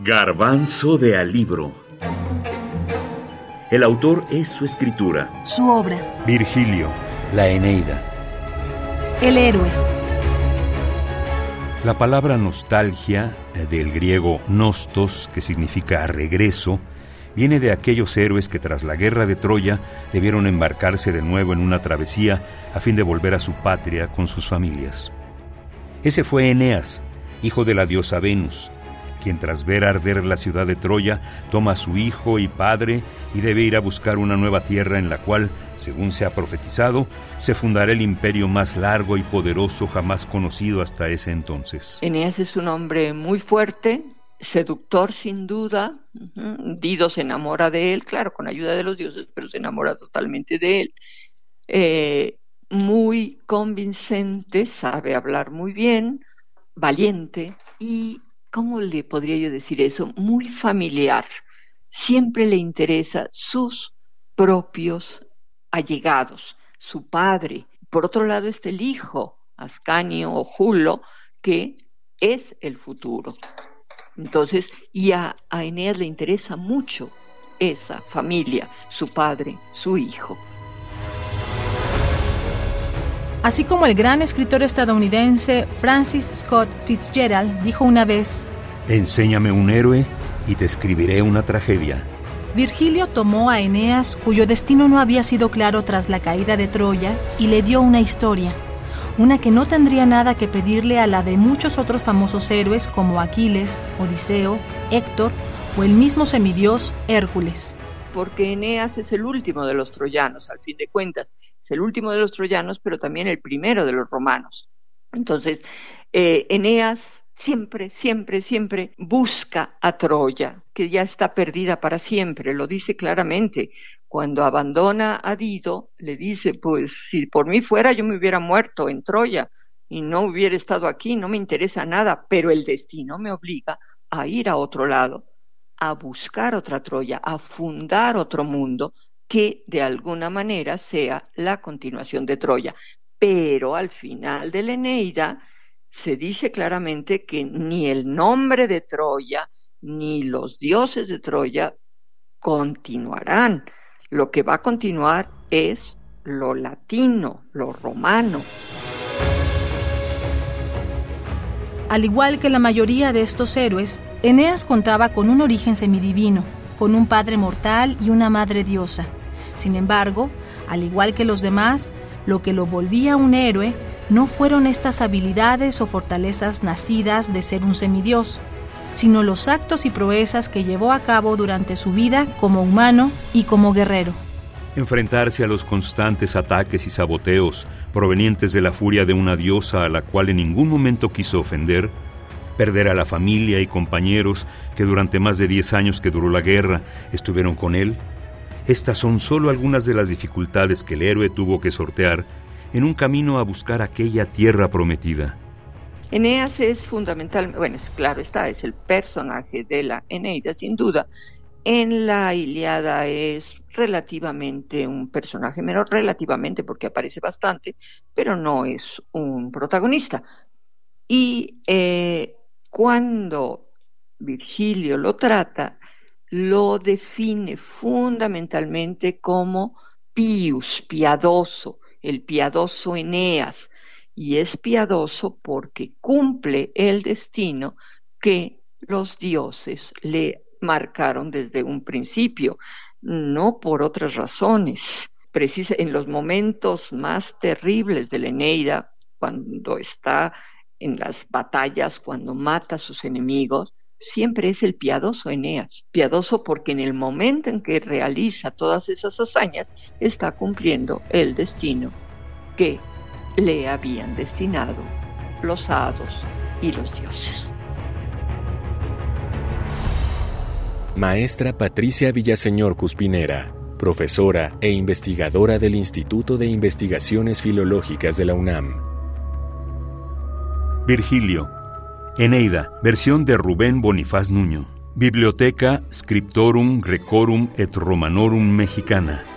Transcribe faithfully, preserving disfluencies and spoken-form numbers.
Garbanzo de Alibro. El autor es su escritura. Su obra. Virgilio, la Eneida. El héroe. La palabra nostalgia, del griego nostos, que significa regreso, viene de aquellos héroes que tras la guerra de Troya debieron embarcarse de nuevo en una travesía a fin de volver a su patria con sus familias. Ese fue Eneas, hijo de la diosa Venus, quien tras ver arder la ciudad de Troya, toma a su hijo y padre y debe ir a buscar una nueva tierra en la cual, según se ha profetizado, se fundará el imperio más largo y poderoso jamás conocido hasta ese entonces. Eneas es un hombre muy fuerte, seductor sin duda. Uh-huh. Dido se enamora de él, claro, con ayuda de los dioses, pero se enamora totalmente de él. Eh, muy convincente, sabe hablar muy bien, valiente y... ¿Cómo le podría yo decir eso? Muy familiar. Siempre le interesa sus propios allegados, su padre. Por otro lado está el hijo, Ascanio o Julo, que es el futuro. Entonces, y a, a Eneas le interesa mucho esa familia, su padre, su hijo. Así como el gran escritor estadounidense Francis Scott Fitzgerald dijo una vez: enséñame un héroe y te escribiré una tragedia. Virgilio tomó a Eneas, cuyo destino no había sido claro tras la caída de Troya, y le dio una historia, una que no tendría nada que pedirle a la de muchos otros famosos héroes como Aquiles, Odiseo, Héctor o el mismo semidios Hércules. Porque Eneas es el último de los troyanos, al fin de cuentas. Es el último de los troyanos, pero también el primero de los romanos. Entonces, eh, Eneas siempre, siempre, siempre busca a Troya, que ya está perdida para siempre, lo dice claramente. Cuando abandona a Dido, le dice, pues si por mí fuera yo me hubiera muerto en Troya y no hubiera estado aquí, no me interesa nada, pero el destino me obliga a ir a otro lado, a buscar otra Troya, a fundar otro mundo que de alguna manera sea la continuación de Troya. Pero al final de la Eneida se dice claramente que ni el nombre de Troya ni los dioses de Troya continuarán. Lo que va a continuar es lo latino, lo romano. Al igual que la mayoría de estos héroes, Eneas contaba con un origen semidivino, con un padre mortal y una madre diosa. Sin embargo, al igual que los demás, lo que lo volvía un héroe no fueron estas habilidades o fortalezas nacidas de ser un semidios, sino los actos y proezas que llevó a cabo durante su vida como humano y como guerrero. Enfrentarse a los constantes ataques y saboteos provenientes de la furia de una diosa a la cual en ningún momento quiso ofender, perder a la familia y compañeros que durante más de diez años que duró la guerra estuvieron con él. Estas son solo algunas de las dificultades que el héroe tuvo que sortear en un camino a buscar aquella tierra prometida. Eneas es fundamental, bueno, es, claro está, es el personaje de la Eneida, sin duda. En la Ilíada es relativamente un personaje menor, relativamente porque aparece bastante, pero no es un protagonista. Y eh, cuando Virgilio lo trata, lo define fundamentalmente como pius, piadoso, el piadoso Eneas, y es piadoso porque cumple el destino que los dioses le marcaron desde un principio, no por otras razones. Precisa, en los momentos más terribles de la Eneida, cuando está en las batallas, cuando mata a sus enemigos, siempre es el piadoso Eneas. Piadoso porque en el momento en que realiza todas esas hazañas, está cumpliendo el destino que le habían destinado los hados y los dioses. Maestra Patricia Villaseñor Cuspinera, profesora e investigadora del Instituto de Investigaciones Filológicas de la UNAM. Virgilio, Eneida, versión de Rubén Bonifaz Nuño. Biblioteca Scriptorum Grecorum et Romanorum Mexicana.